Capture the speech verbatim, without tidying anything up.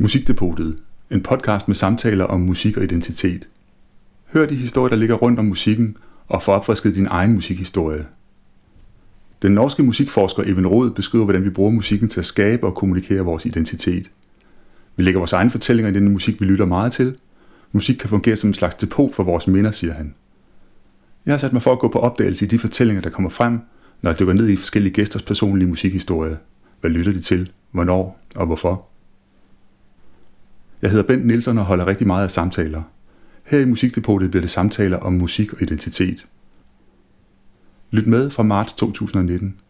Musikdepotet, en podcast med samtaler om musik og identitet. Hør de historier, der ligger rundt om musikken, og få opfrisket din egen musikhistorie. Den norske musikforsker Even Rod beskriver, hvordan vi bruger musikken til at skabe og kommunikere vores identitet. Vi lægger vores egne fortællinger i den musik, vi lytter meget til. Musik kan fungere som en slags depot for vores minder, siger han. Jeg har sat mig for at gå på opdagelse i de fortællinger, der kommer frem, når jeg dykker ned i forskellige gæsters personlige musikhistorie. Hvad lytter de til? Hvornår? Og hvorfor? Jeg hedder Bent Nielsen og holder rigtig meget af samtaler. Her i Musikdepotet bliver det samtaler om musik og identitet. Lyt med fra marts to tusind og nitten.